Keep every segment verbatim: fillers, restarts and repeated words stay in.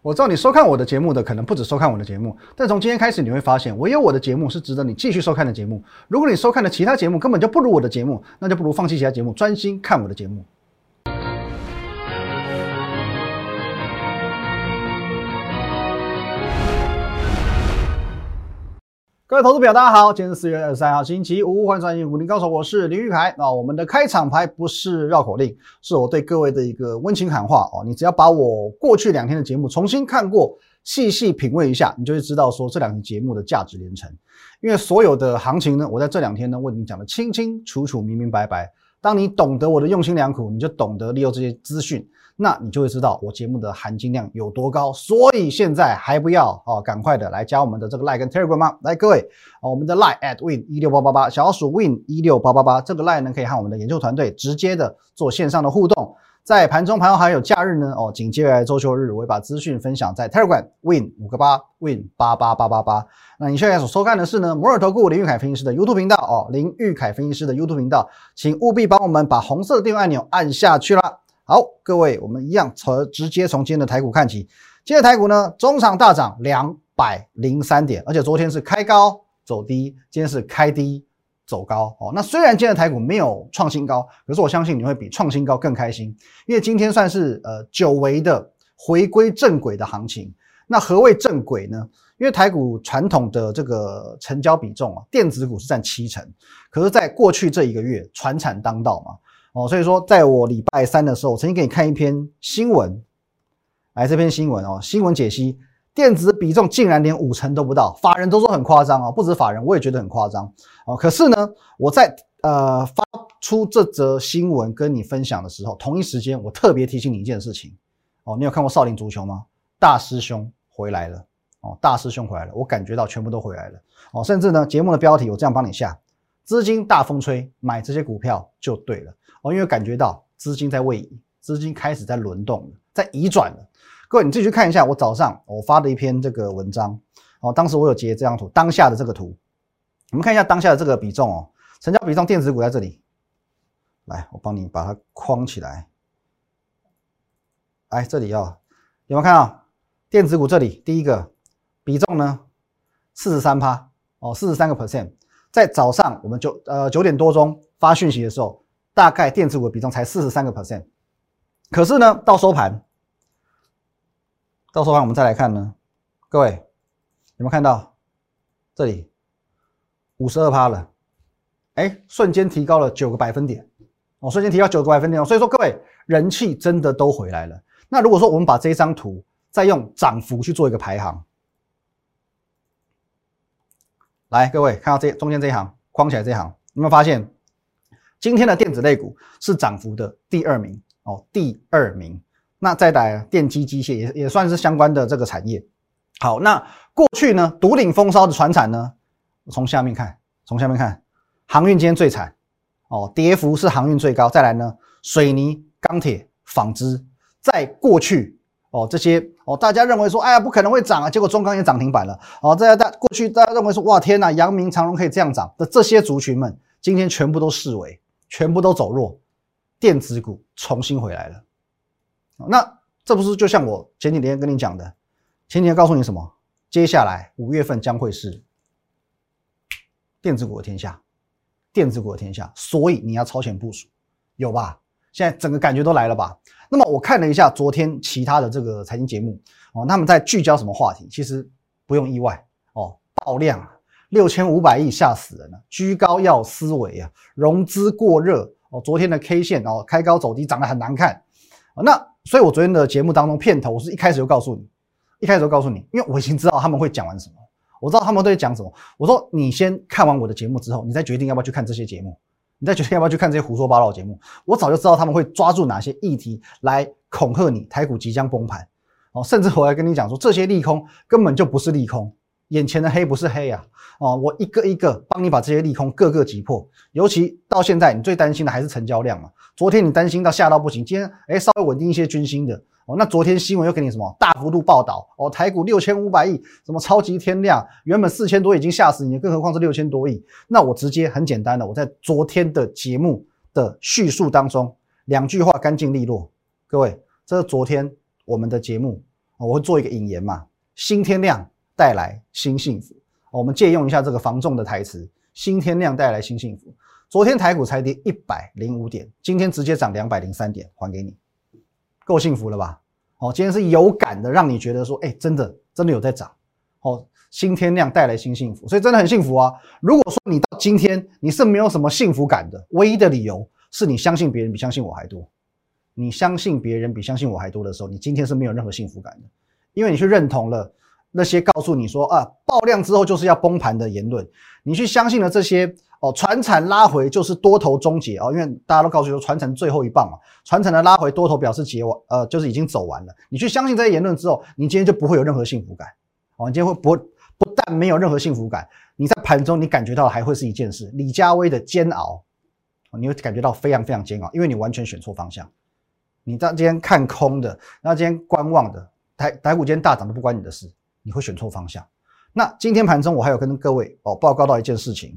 我知道你收看我的节目的可能不止收看我的节目，但从今天开始你会发现，唯有我的节目是值得你继续收看的节目。如果你收看的其他节目根本就不如我的节目，那就不如放弃其他节目，专心看我的节目。各位投资表，大家好，今天是四月二十三号，星期五，欢迎收看股林高手，我是林玉凯。那我们的开场牌不是绕口令，是我对各位的一个温情喊话哦。你只要把我过去两天的节目重新看过，细细品味一下，你就会知道说这两天节目的价值连城。因为所有的行情呢，我在这两天呢为你讲的清清楚楚、明明白白。当你懂得我的用心良苦，你就懂得利用这些资讯。那你就会知道我节目的含金量有多高，所以现在还不要哦，赶快的来加我们的这个 Line 跟 Telegram 吗？来，各位，哦、我们的 Line at win 一六八八八，小老鼠 win 一六八八八，这个 Line 呢可以和我们的研究团队直接的做线上的互动。在盘中、盘后还有假日呢，哦，紧接着周休日，我会把资讯分享在 Telegram win 五个八 win 八八八八八。那你现在所收看的是呢摩尔投顾林玉凯分析师的 YouTube 频道哦，林玉凯分析师的 YouTube 频道，请务必帮我们把红色的订阅按钮按下去啦。好，各位，我们一样从直接从今天的台股看起。今天的台股呢，中场大涨两百零三点，而且昨天是开高走低，今天是开低走高哦。那虽然今天的台股没有创新高，可是我相信你会比创新高更开心，因为今天算是呃久违的回归正轨的行情。那何谓正轨呢？因为台股传统的这个成交比重啊，电子股是占七成，可是在过去这一个月，传产当道嘛。哦，所以说，在我礼拜三的时候，我曾经给你看一篇新闻，来这篇新闻哦，新闻解析，电子比重竟然连五成都不到，法人都说很夸张哦，不止法人，我也觉得很夸张哦。可是呢，我在呃发出这则新闻跟你分享的时候，同一时间我特别提醒你一件事情哦，你有看过少林足球吗？大师兄回来了哦，大师兄回来了，我感觉到全部都回来了哦，甚至呢，节目的标题我这样帮你下，资金大风吹，买这些股票就对了。哦，因为感觉到资金在位移，资金开始在轮动了，在移转了。各位，你自己去看一下我早上我发的一篇这个文章哦，当时我有截这张图，当下的这个图，我们看一下当下的这个比重哦，成交比重电子股在这里，来，我帮你把它框起来，来这里哦，有没有看到电子股这里第一个比重呢 百分之四十三 哦 百分之四十三 percent， 在早上我们就呃九点多钟发讯息的时候。大概电子股的比重才 百分之四十三 percent， 可是呢，到收盘，到收盘我们再来看呢，各位有没有看到这里 百分之五十二 了？哎，瞬间提高了九个百分点哦，瞬间提高九个百分点哦，所以说各位人气真的都回来了。那如果说我们把这张图再用涨幅去做一个排行，来，各位看到这中间这一行框起来这一行，有没有发现？今天的电子类股是涨幅的第二名哦，第二名。那再来电机机械也也算是相关的这个产业。好，那过去呢，独领风骚的传产呢，从下面看，从下面看，航运今天最惨哦，跌幅是航运最高。再来呢，水泥、钢铁、纺织，在过去哦这些哦大家认为说，哎呀不可能会涨啊，结果中钢也涨停板了哦。大家过去大家认为说，哇天哪，阳明、长荣可以这样涨的这些族群们，今天全部都视为。全部都走弱，电子股重新回来了。那这不是就像我前几天跟你讲的，前几天告诉你什么？接下来五月份将会是电子股的天下，电子股的天下，所以你要超前部署，有吧？现在整个感觉都来了吧？那么我看了一下昨天其他的这个财经节目哦，他们在聚焦什么话题？其实不用意外哦，爆量啊。六千五百亿吓死人了，居高要思维啊，融资过热哦，昨天的 K 线哦开高走低，长得很难看、哦、那所以我昨天的节目当中片头，我是一开始就告诉你，一开始就告诉你，因为我已经知道他们会讲完什么，我知道他们都会讲什么。我说你先看完我的节目之后，你再决定要不要去看这些节目，你再决定要不要去看这些胡说八道的节目。我早就知道他们会抓住哪些议题来恐吓你，台股即将崩盘哦，甚至我还跟你讲说，这些利空根本就不是利空。眼前的黑不是黑啊！哦，我一个一个帮你把这些利空各个击破。尤其到现在，你最担心的还是成交量嘛。昨天你担心到吓到不行，今天哎稍微稳定一些军心的哦。那昨天新闻又给你什么大幅度报道哦，台股六千五百亿，什么超级天量，原本四千多已经吓死你，更何况是六千多亿。那我直接很简单的，我在昨天的节目的叙述当中，两句话干净利落。各位，这是昨天我们的节目我会做一个引言嘛，新天量带来新幸福。我们借用一下这个房仲的台词，新天量带来新幸福。昨天台股才跌一百零五点，今天直接涨两百零三点，还给你，够幸福了吧？哦，今天是有感的，让你觉得说，哎，真的真的有在涨。哦，新天量带来新幸福，所以真的很幸福啊。如果说你到今天你是没有什么幸福感的，唯一的理由是你相信别人比相信我还多。你相信别人比相信我还多的时候，你今天是没有任何幸福感的，因为你去认同了那些告诉你说啊，爆量之后就是要崩盘的言论，你去相信了这些哦，传产拉回就是多头终结哦，因为大家都告诉你说传产最后一棒嘛，传产的拉回多头表示结完，呃，就是已经走完了。你去相信这些言论之后，你今天就不会有任何幸福感哦，你今天会不不但没有任何幸福感，你在盘中你感觉到的还会是一件事，李佳薇的煎熬，你会感觉到非常非常煎熬，因为你完全选错方向。你到今天看空的，那今天观望的，台台股今天大涨都不关你的事，你会选错方向。那今天盘中我还有跟各位哦报告到一件事情，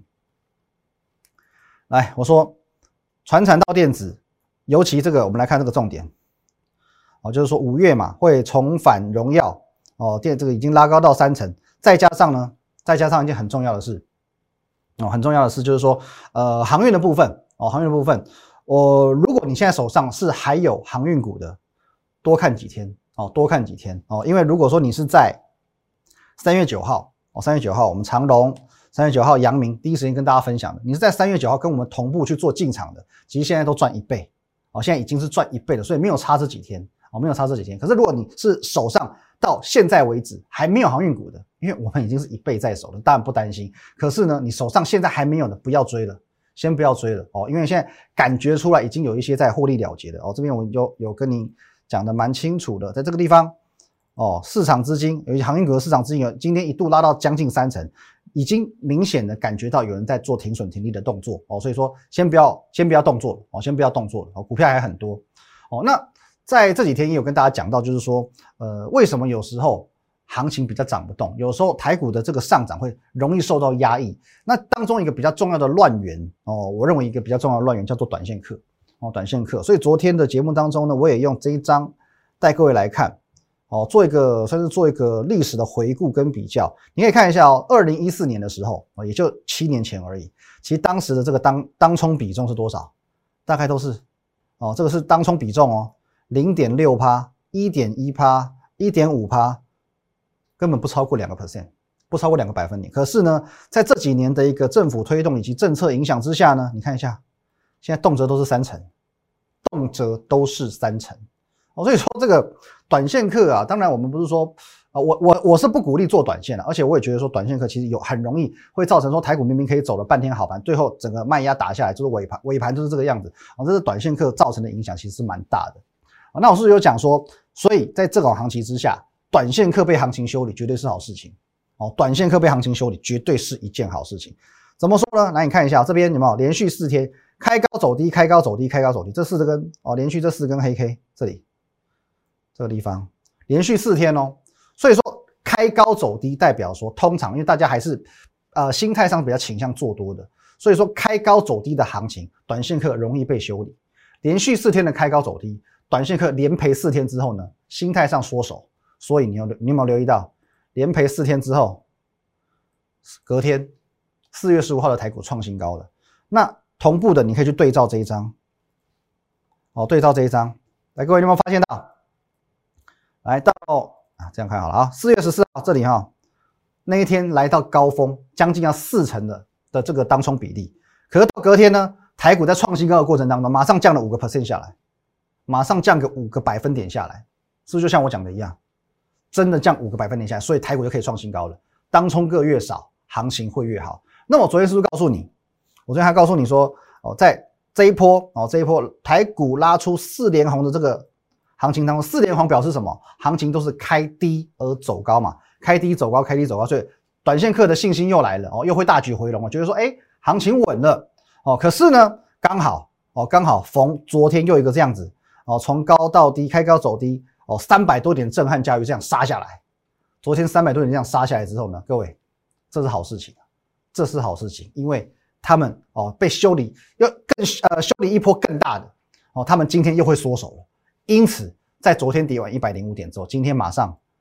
来，我说传产到电子，尤其这个我们来看这个重点，哦，就是说五月嘛会重返荣耀哦，电这个已经拉高到三成，再加上呢，再加上一件很重要的事，哦，很重要的事就是说，呃，航运的部分哦，航运的部分。我、呃、如果你现在手上是还有航运股的，多看几天哦，多看几天哦，因为如果说你是在三月九号哦，三月九号我们长荣，三月九号阳明第一时间跟大家分享的，你是在三月九号跟我们同步去做进场的，其实现在都赚一倍哦，现在已经是赚一倍了，所以没有差这几天哦，没有差这几天。可是如果你是手上到现在为止还没有航运股的，因为我们已经是一倍在手了，当然不担心。可是呢，你手上现在还没有的，不要追了。先不要追了哦，因为现在感觉出来已经有一些在获利了结的哦。这边我有有跟你讲的蛮清楚的，在这个地方哦，市场资金，尤其航运股的市场资金有今天一度拉到将近三成，已经明显的感觉到有人在做停损停利的动作哦。所以说，先不要先不要动作哦，先不要动作哦，股票还很多哦。那在这几天也有跟大家讲到，就是说，呃，为什么有时候行情比较涨不动，有时候台股的这个上涨会容易受到压抑。那当中一个比较重要的乱源哦，我认为一个比较重要的乱源叫做短线客哦，短线客。所以昨天的节目当中呢，我也用这一张带各位来看哦，做一个算是做一个历史的回顾跟比较。你可以看一下哦，二零一四年的时候哦，也就七年前而已。其实当时的这个当当冲比重是多少？大概都是哦，这个是当冲比重哦，零点六趴、一点一趴、一点五趴。根本不超过两个 percent， 不超过两个百分点。可是呢，在这几年的一个政府推动以及政策影响之下呢，你看一下，现在动辄都是三成，动辄都是三成。哦，所以说这个短线客啊，当然我们不是说啊、呃，我我我是不鼓励做短线的，而且我也觉得说短线客其实有很容易会造成说台股明明可以走了半天好盘，最后整个卖压打下来，就是尾盘尾盘就是这个样子啊、哦，这是短线客造成的影响其实是蛮大的。啊、那我是有讲说，所以在这种行情之下。短线客被行情修理绝对是好事情哦，短线客被行情修理绝对是一件好事情。怎么说呢？来你看一下这边有没有连续四天开高走低，开高走低，开高走低，这四根哦，连续这四根黑 K 这里这个地方连续四天哦，所以说开高走低代表说通常因为大家还是呃心态上比较倾向做多的，所以说开高走低的行情，短线客容易被修理。连续四天的开高走低，短线客连赔四天之后呢，心态上缩手。所以你有你有没有留意到，连赔四天之后，隔天四月十五号的台股创新高了。那同步的，你可以去对照这一张，哦，对照这一张，来，各位有没有发现到？来到啊，这样看好了啊，四月十四号这里哈、哦，那一天来到高峰，将近要四成的的这个当冲比例。可是到隔天呢，台股在创新高的过程当中，马上降了五个 percent 下来，马上降个五个百分点下来，是不是就像我讲的一样？真的降五个百分点下来，所以台股就可以创新高了。当冲个越少，行情会越好。那我昨天是不是告诉你？我昨天还告诉你说，哦，在这一波哦，这一波台股拉出四连红的这个行情当中，四连红表示什么？行情都是开低而走高嘛，开低走高，开低走高，所以短线客的信心又来了哦，又会大举回笼，觉得说，哎，行情稳了哦。可是呢，刚好哦，刚好逢昨天又一个这样子哦，从高到低，开高走低。哦，三百多点震撼教育这样杀下来，昨天三百多点这样杀下来之后呢，各位，这是好事情，这是好事情，因为他们哦被修理，又更呃修理一波更大的哦，他们今天又会缩手了，因此在昨天跌完一百零五点之后，今天马上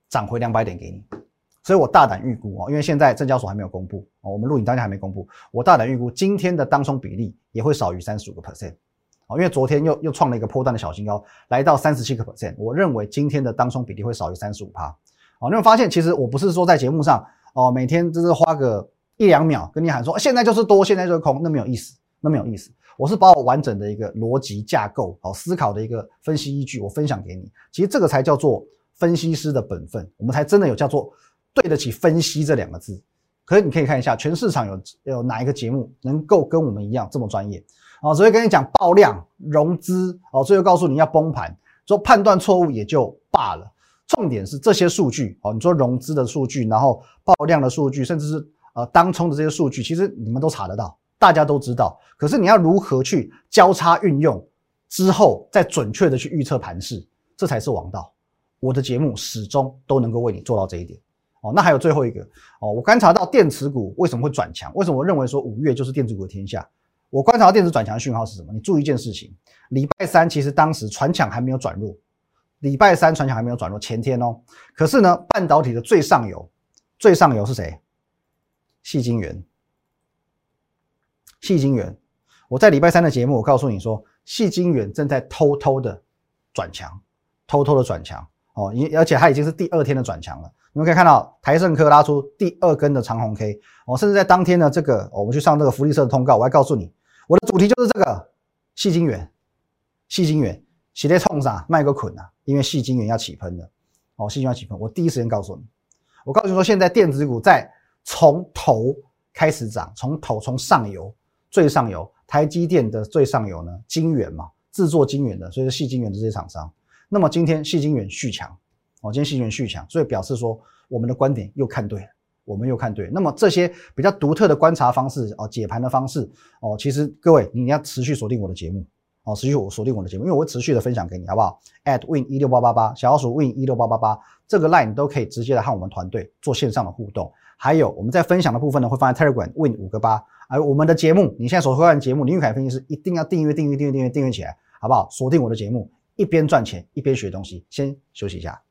涨回两百点给你。所以我大胆预估哦，因为现在证交所还没有公布哦，我们录影当天还没公布，我大胆预估今天的当冲比例也会少于 百分之三十五 哦，因为昨天又又创了一个波段的小新高，来到 百分之三十七， 我认为今天的当冲比例会少于 百分之三十五。哦，你有发现其实我不是说在节目上哦，每天就是花个一两秒跟你喊说现在就是多，现在就是空，那没有意思，那没有意思。我是把我完整的一个逻辑架构、好思考的一个分析依据，我分享给你。其实这个才叫做分析师的本分，我们才真的有叫做对得起分析这两个字。可是你可以看一下，全市场有有哪一个节目能够跟我们一样这么专业？哦，只会跟你讲爆量、融资，哦，最后告诉你要崩盘，说判断错误也就罢了。重点是这些数据，哦，你说融资的数据，然后爆量的数据，甚至是呃当冲的这些数据，其实你们都查得到，大家都知道。可是你要如何去交叉运用之后，再准确的去预测盘势，这才是王道。我的节目始终都能够为你做到这一点。哦，那还有最后一个哦，我观察到电池股为什么会转强？为什么我认为说五月就是电子股的天下？我观察到电子转强的讯号是什么？你注意一件事情，礼拜三其实当时传抢还没有转弱，礼拜三传抢还没有转弱，前天哦。可是呢，半导体的最上游，最上游是谁？矽晶圆。矽晶圆，我在礼拜三的节目，我告诉你说，矽晶圆正在偷偷的转强，偷偷的转强哦，而且它已经是第二天的转强了。你们可以看到台胜科拉出第二根的长红 K 哦，甚至在当天的这个、哦、我们去上这个福利社的通告，我还告诉你，我的主题就是这个矽晶圆，矽晶圆洗在冲啥卖个捆啊，因为矽晶圆要起喷了哦，矽晶圆要起喷，我第一时间告诉你，我告诉你说，现在电子股在从头开始涨，从头从上游最上游，台积电的最上游呢，晶圆嘛，制作晶圆的，所以是矽晶圆的这些厂商。那么今天矽晶圆续强。哦，今天矽晶圆续强，所以表示说我们的观点又看对了，我们又看对了。那么这些比较独特的观察方式哦，解盘的方式哦，其实各位你要持续锁定我的节目哦，持续我锁定我的节目，因为我会持续的分享给你，好不好 ？at win 一六八八八小老鼠 win 一六八八八这个 line 你都可以直接的和我们团队做线上的互动。还有我们在分享的部分呢，会放在 Telegram win 五个八，而我们的节目，你现在所收看的节目，林玉凯分析师一定要订阅订阅订阅订阅订阅起来，好不好？锁定我的节目，一边赚钱一边学东西。先休息一下。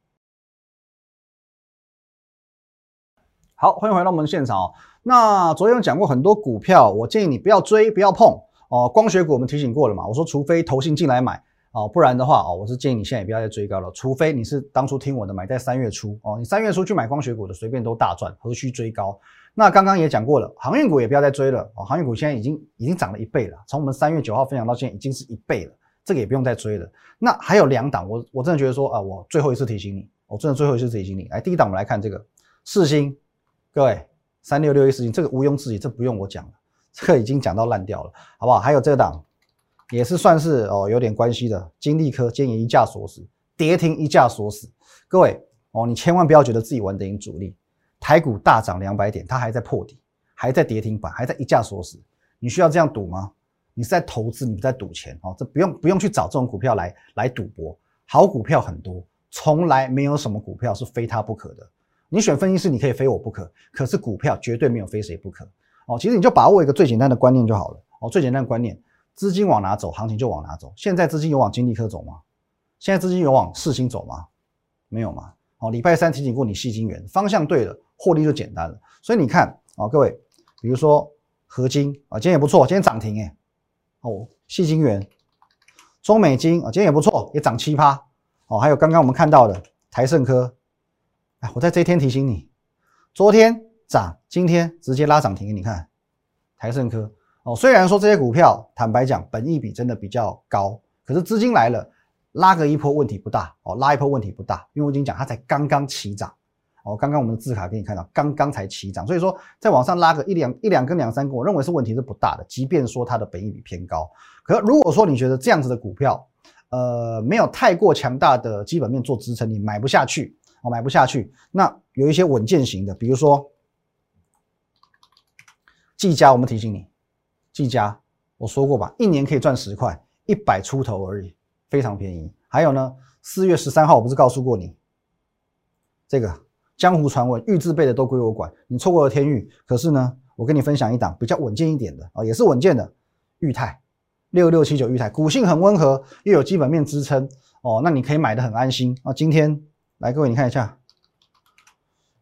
好，欢迎回到我们现场哦。那昨天有讲过很多股票，我建议你不要追，不要碰哦。光学股我们提醒过了嘛，我说除非投信进来买哦，不然的话哦，我是建议你现在也不要再追高了。除非你是当初听我的买在三月初哦，你三月初去买光学股的，随便都大赚，何须追高？那刚刚也讲过了，航运股也不要再追了哦，航运股现在已经已经涨了一倍了，从我们三月九号分享到现在已经是一倍了，这个也不用再追了。那还有两档，我我真的觉得说啊，我最后一次提醒你，我真的最后一次提醒你。来，第一档我们来看这个世芯。各位，三六六一世芯这个毋庸置疑，这不用我讲了，这个已经讲到烂掉了，好不好？还有这个档也是算是哦有点关系的，金利科今天也一价锁死，跌停一价锁死。各位哦，你千万不要觉得自己玩得赢主力，台股大涨两百点，它还在破底，还在跌停板，还在一价锁死，你需要这样赌吗？你是在投资，你不在赌钱哦，这不用不用去找这种股票来来赌博，好股票很多，从来没有什么股票是非它不可的。你选分析师，你可以非我不可，可是股票绝对没有非谁不可哦。其实你就把握一个最简单的观念就好了哦。最简单的观念，资金往哪走，行情就往哪走。现在资金有往金利科走吗？现在资金有往世芯走吗？没有嘛。哦，礼拜三提醒过你矽晶圆，方向对了，获利就简单了。所以你看哦，各位，比如说合金啊，今天也不错，今天涨停哎。哦，矽晶圆、中美晶啊，今天也不错，也涨 百分之七 哦。还有刚刚我们看到的台胜科。我在这一天提醒你，昨天涨，今天直接拉涨停给你看，台胜科哦。虽然说这些股票，坦白讲，本益比真的比较高，可是资金来了，拉个一波问题不大哦，拉一波问题不大，因为我已经讲它才刚刚起涨哦。刚刚我们的字卡给你看到，刚刚才起涨，所以说再往上拉个一两一两根两三根，我认为是问题是不大的。即便说它的本益比偏高，可如果说你觉得这样子的股票，呃，没有太过强大的基本面做支撑，你买不下去。我、哦、买不下去，那有一些稳健型的，比如说技嘉，我们提醒你，技嘉我说过吧，一年可以赚十块，一百出头而已，非常便宜。还有呢，四月十三号我不是告诉过你，这个江湖传闻，预制备的都归我管，你错过了天域。可是呢，我跟你分享一档比较稳健一点的啊、哦，也是稳健的，裕泰六六七九裕泰，股性很温和，又有基本面支撑哦，那你可以买的很安心啊。今天来，各位你看一下，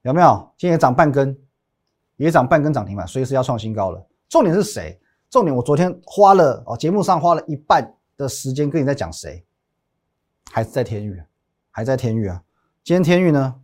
有没有？今天也涨半根，也涨半根涨停板，随时要创新高了。重点是谁？重点我昨天花了哦，节目上花了一半的时间跟你在讲谁，还是在天钰，还在天钰啊。今天天钰呢，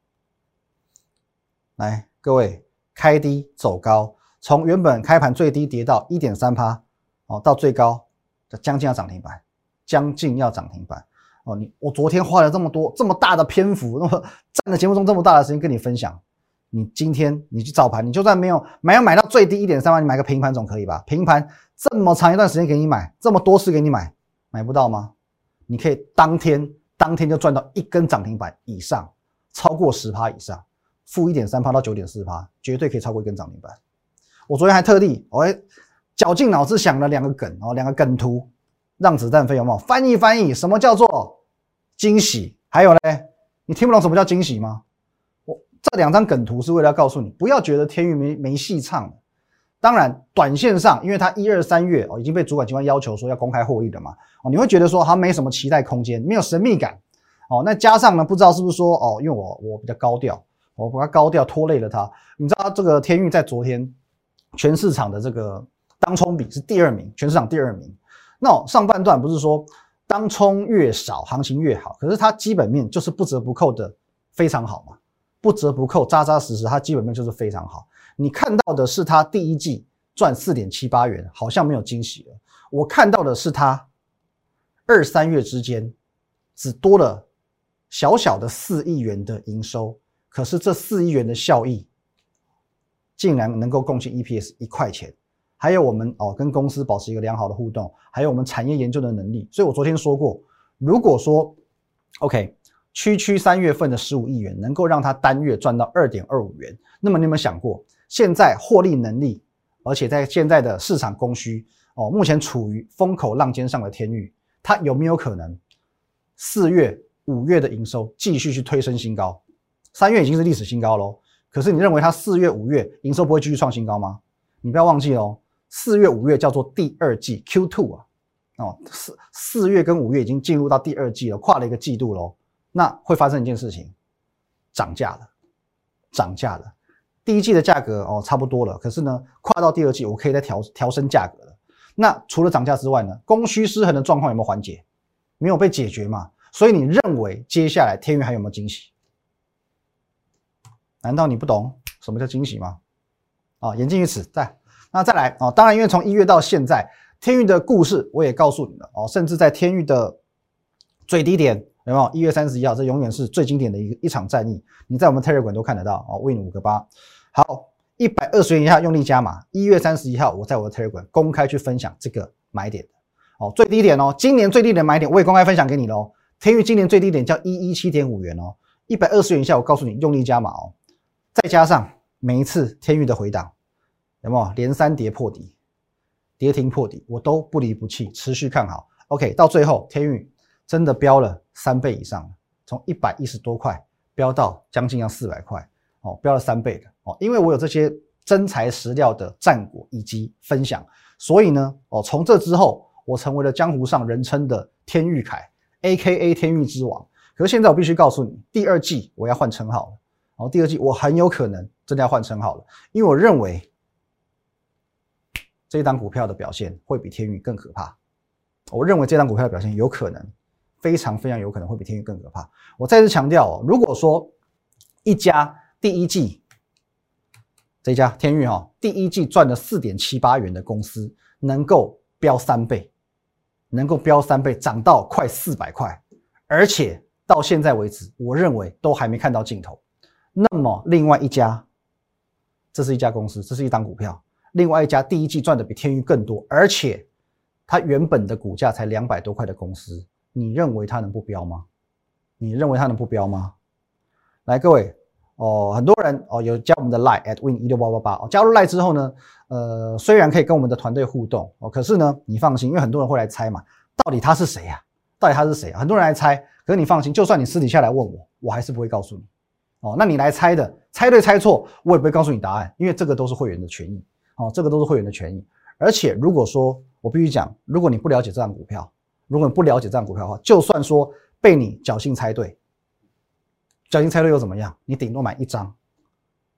来各位开低走高，从原本开盘最低跌到 一点三趴， 哦，到最高将近要涨停板，将近要涨停板。哦，你我昨天花了这么多这么大的篇幅，那么占了节目中这么大的时间跟你分享，你今天你去早盘，你就算没有买要买到最低 一点三万，你买个平盘总可以吧？平盘这么长一段时间给你买，这么多次给你买，买不到吗？你可以当天当天就赚到一根涨停板以上，超过 百分之十 以上，负 一点三 到 九点四 绝对可以超过一根涨停板。我昨天还特地我还绞尽脑汁想了两个梗哦，两个梗图，让子弹飞有没有？翻译翻译，什么叫做惊喜？还有嘞，你听不懂什么叫惊喜吗？我这两张梗图是为了要告诉你，不要觉得天钰没没戏唱了。当然，短线上，因为它一二三月哦已经被主管机关要求说要公开获利了嘛，哦你会觉得说它没什么期待空间，没有神秘感哦。那加上呢，不知道是不是说哦，因为我我比较高调，我把它高调拖累了它。你知道这个天钰在昨天全市场的这个当冲比是第二名，全市场第二名。那、哦、上半段不是说当冲越少行情越好，可是它基本面就是不折不扣的非常好嘛，不折不扣扎扎实实，它基本面就是非常好。你看到的是它第一季赚 四点七八元，好像没有惊喜了。我看到的是它二三月之间只多了小小的四亿元的营收，可是这四亿元的效益竟然能够贡献 E P S 一块钱。还有我们哦跟公司保持一个良好的互动，还有我们产业研究的能力。所以我昨天说过，如果说 OK 区区三月份的十五亿元能够让它单月赚到 二点二五元，那么你有没有想过，现在获利能力，而且在现在的市场供需哦，目前处于风口浪尖上的天钰，它有没有可能四月、五月的营收继续去推升新高？三月已经是历史新高喽，可是你认为它四月、五月营收不会继续创新高吗？你不要忘记哦，四月、五月叫做第二季 Q two 啊，哦，四四月跟五月已经进入到第二季了，跨了一个季度喽。那会发生一件事情，涨价了，涨价了。第一季的价格哦差不多了，可是呢，跨到第二季我可以再调调升价格了。那除了涨价之外呢，供需失衡的状况有没有缓解？没有被解决嘛？所以你认为接下来天钰还有没有惊喜？难道你不懂什么叫惊喜吗？啊、哦，言尽于此。再那再来哦，当然因为从一月到现在，天钰的故事我也告诉你了哦，甚至在天钰的最低点有没有？一月三十一号，这永远是最经典的一个一场战役，你在我们 Telegram 都看得到哦 ，Win 五个八。好，一百二十元以下用力加码。一月三十一号，我在我的 Telegram 公开去分享这个买点的哦，最低点哦，今年最低点买点我也公开分享给你喽。天钰今年最低点叫 一百一十七点五元哦，一百二十元以下我告诉你用力加码哦，再加上每一次天钰的回档，有没有连三跌破底，跌停破底，我都不离不弃，持续看好。OK， 到最后天钰真的飙了三倍以上，从一百一十多块飙到将近要四百块，哦，飙了三倍的哦。因为我有这些真材实料的战果以及分享，所以呢，哦，从这之后，我成为了江湖上人称的天钰凯 ，A K A 天钰之王。可是现在我必须告诉你，第二季我要换称号了。哦，第二季我很有可能真的要换称号了，因为我认为这一档股票的表现会比天钰更可怕。我认为这档股票的表现有可能。非常非常有可能会比天钰更可怕。我再次强调哦，如果说一家第一季这一家天钰哈，第一季赚了 四点七八元的公司，能够飙三倍，能够飙三倍，涨到快四百块，而且到现在为止，我认为都还没看到尽头。那么另外一家，这是一家公司，这是一档股票，另外一家第一季赚的比天钰更多，而且它原本的股价才两百多块的公司。你认为它能不飙吗？你认为它能不飙吗？来，各位哦，很多人哦有加我们的 Line at win 一六八八八哦，加入 Line 之后呢，呃，虽然可以跟我们的团队互动哦，可是呢，你放心，因为很多人会来猜嘛，到底他是谁呀、啊？到底他是谁、啊？很多人来猜，可是你放心，就算你私底下来问我，我还是不会告诉你哦。那你来猜的，猜对猜错，我也不会告诉你答案，因为这个都是会员的权益哦，这个都是会员的权益。而且如果说我必须讲，如果你不了解这张股票，如果你不了解这张股票的话，就算说被你侥幸猜对，侥幸猜对又怎么样？你顶多买一张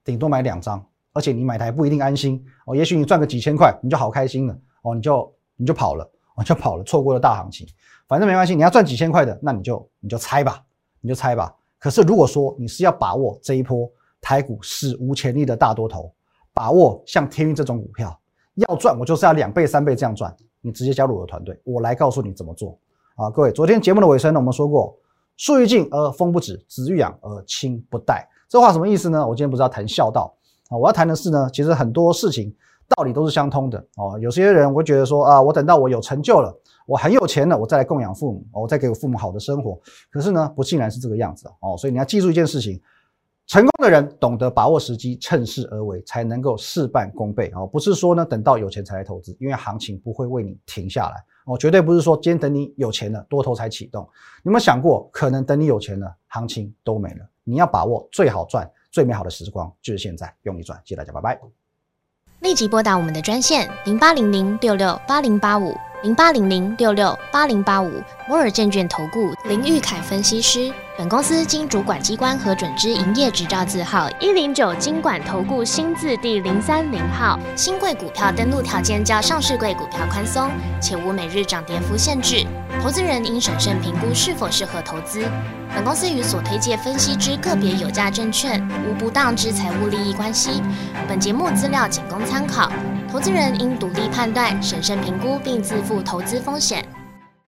顶多买两张，而且你买台不一定安心哦，也许你赚个几千块，你就好开心了哦，你就你就跑了，哦就跑了，错过了大行情。反正没关系，你要赚几千块的，那你就你就猜吧，你就猜吧。可是如果说你是要把握这一波台股史无前例的大多头，把握像天运这种股票，要赚我就是要两倍三倍这样赚，你直接加入我的团队，我来告诉你怎么做啊！各位，昨天节目的尾声呢，我们说过，树欲静而风不止，子欲养而亲不待。这话什么意思呢？我今天不是要谈孝道啊，我要谈的是呢，其实很多事情道理都是相通的哦。有些人会觉得说啊，我等到我有成就了，我很有钱了，我再来供养父母，我再给我父母好的生活。可是呢，不尽然是这个样子哦。所以你要记住一件事情。成功的人懂得把握时机，趁势而为，才能够事半功倍哦。不是说呢，等到有钱才来投资，因为行情不会为你停下来哦。绝对不是说今天等你有钱了，多头才启动。你有没有想过，可能等你有钱了，行情都没了？你要把握最好赚、最美好的时光，就是现在，用力赚！谢谢大家，拜拜。 立即拨打我们的专线零八零零六六八零八五零八零零六六八零八五摩尔证券投顾林玉凯分析师。本公司经主管机关核准之营业执照字号一零九金管投顾新字第零三零号。新贵股票登录条件较上市贵股票宽松，且无每日涨跌幅限制。投资人应审慎评估是否适合投资。本公司与所推介分析之个别有价证券无不当之财务利益关系。本节目资料仅供参考，投资人应独立判断、审慎评估并自负投资风险。